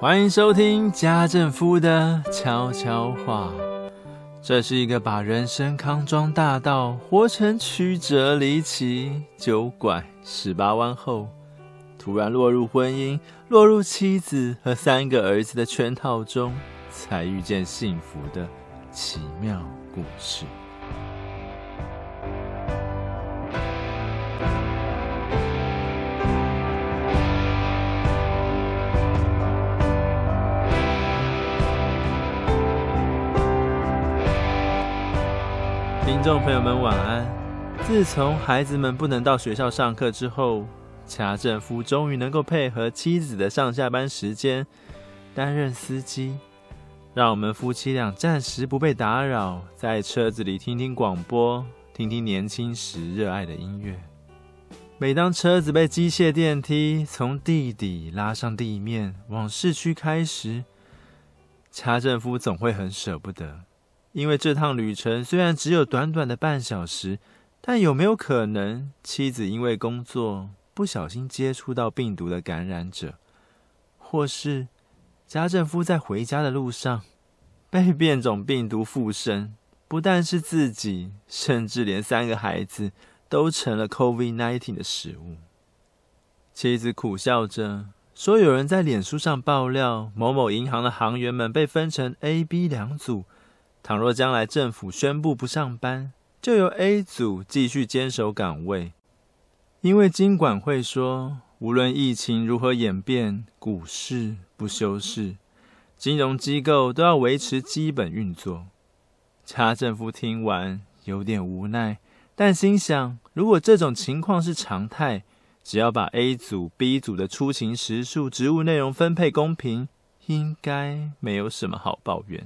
欢迎收听家政夫的悄悄话。这是一个把人生康庄大道活成曲折离奇、9拐18弯后，突然落入婚姻、落入妻子和3个儿子的圈套中，才遇见幸福的奇妙故事。听众朋友们晚安。自从孩子们不能到学校上课之后，家政夫终于能够配合妻子的上下班时间担任司机，让我们夫妻俩暂时不被打扰，在车子里听听广播，听听年轻时热爱的音乐。每当车子被机械电梯从地底拉上地面往市区开时，家政夫总会很舍不得，因为这趟旅程虽然只有短短的半小时，但有没有可能妻子因为工作不小心接触到病毒的感染者，或是家政夫在回家的路上被变种病毒附身，不但是自己，甚至连3个孩子都成了 COVID-19 的食物。妻子苦笑着说，有人在脸书上爆料，某某银行的行员们被分成 A、B 2组，倘若将来政府宣布不上班，就由 A 组继续坚守岗位。因为金管会说，无论疫情如何演变，股市不休市，金融机构都要维持基本运作。家政夫听完有点无奈，但心想，如果这种情况是常态，只要把 A 组、B 组的出勤时数、职务内容分配公平，应该没有什么好抱怨。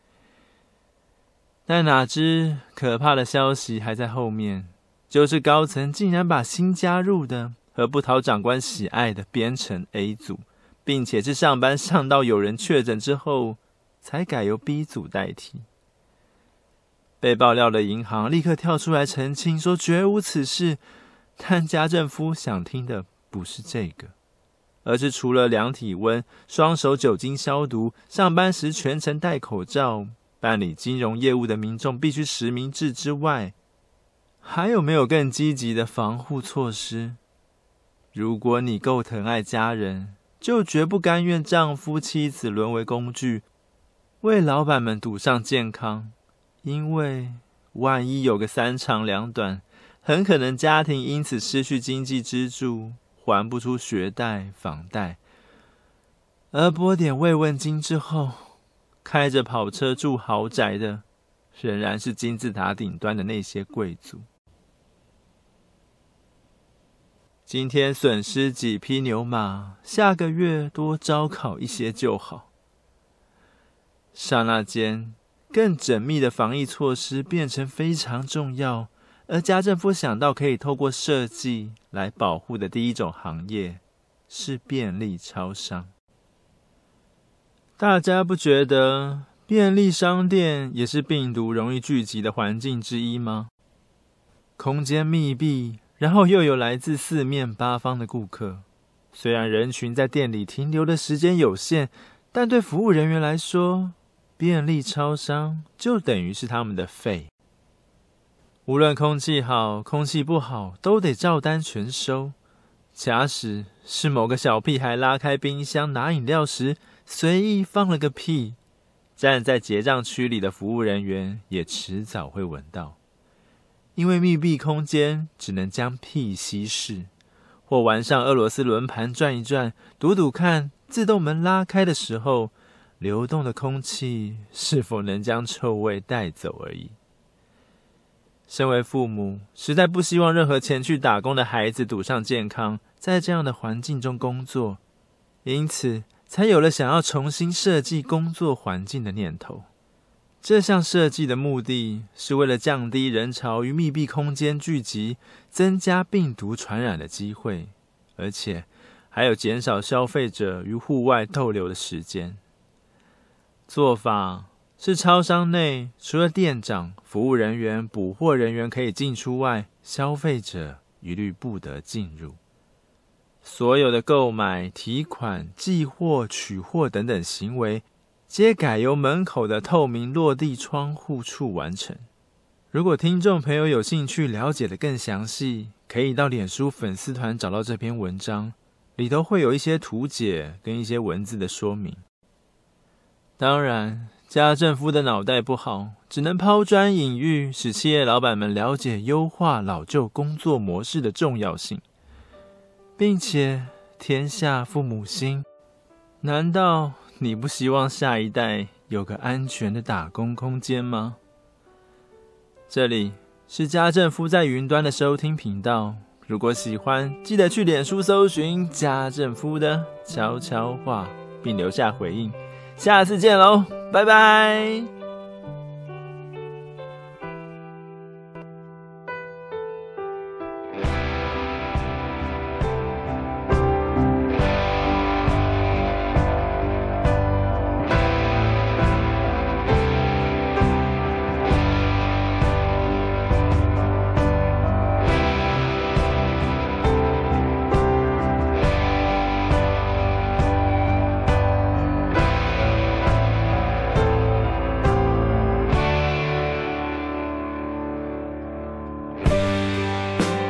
但哪知可怕的消息还在后面，就是高层竟然把新加入的和不讨长官喜爱的编成 A 组，并且是上班上到有人确诊之后才改由 B 组代替。被爆料的银行立刻跳出来澄清说绝无此事，但家政夫想听的不是这个，而是除了量体温、双手酒精消毒、上班时全程戴口罩、办理金融业务的民众必须实名制之外，还有没有更积极的防护措施？如果你够疼爱家人，就绝不甘愿丈夫妻子沦为工具，为老板们赌上健康，因为万一有个3长2短，很可能家庭因此失去经济支柱，还不出学贷、房贷，而拨点慰问金之后，开着跑车住豪宅的仍然是金字塔顶端的那些贵族。今天损失几匹牛马，下个月多招考一些就好。刹那间，更缜密的防疫措施变成非常重要，而家政夫想到可以透过设计来保护的第一种行业是便利超商。大家不觉得便利商店也是病毒容易聚集的环境之一吗？空间密闭，然后又有来自4面8方的顾客，虽然人群在店里停留的时间有限，但对服务人员来说，便利超商就等于是他们的肺。无论空气好空气不好，都得照单全收。假使是某个小屁孩拉开冰箱拿饮料时随意放了个屁，站在结账区里的服务人员也迟早会闻到。因为密闭空间只能将屁稀释，或玩上俄罗斯轮盘转一转，赌赌看自动门拉开的时候，流动的空气是否能将臭味带走而已。身为父母，实在不希望任何前去打工的孩子赌上健康，在这样的环境中工作，因此才有了想要重新设计工作环境的念头。这项设计的目的是为了降低人潮于密闭空间聚集，增加病毒传染的机会，而且还有减少消费者于户外逗留的时间。做法是超商内除了店长、服务人员、补货人员可以进出外，消费者一律不得进入。 所有的购买、提款、寄货、取货等等行为，皆改由门口的透明落地窗户处完成。如果听众朋友有兴趣了解的更详细，可以到脸书粉丝团找到这篇文章，里头会有一些图解跟一些文字的说明。当然，家政夫的脑袋不好，只能抛砖引玉，使企业老板们了解优化老旧工作模式的重要性，并且天下父母心，难道你不希望下一代有个安全的打工空间吗？这里是家政夫在云端的收听频道，如果喜欢，记得去脸书搜寻家政夫的悄悄话，并留下回应。下次见喽，拜拜。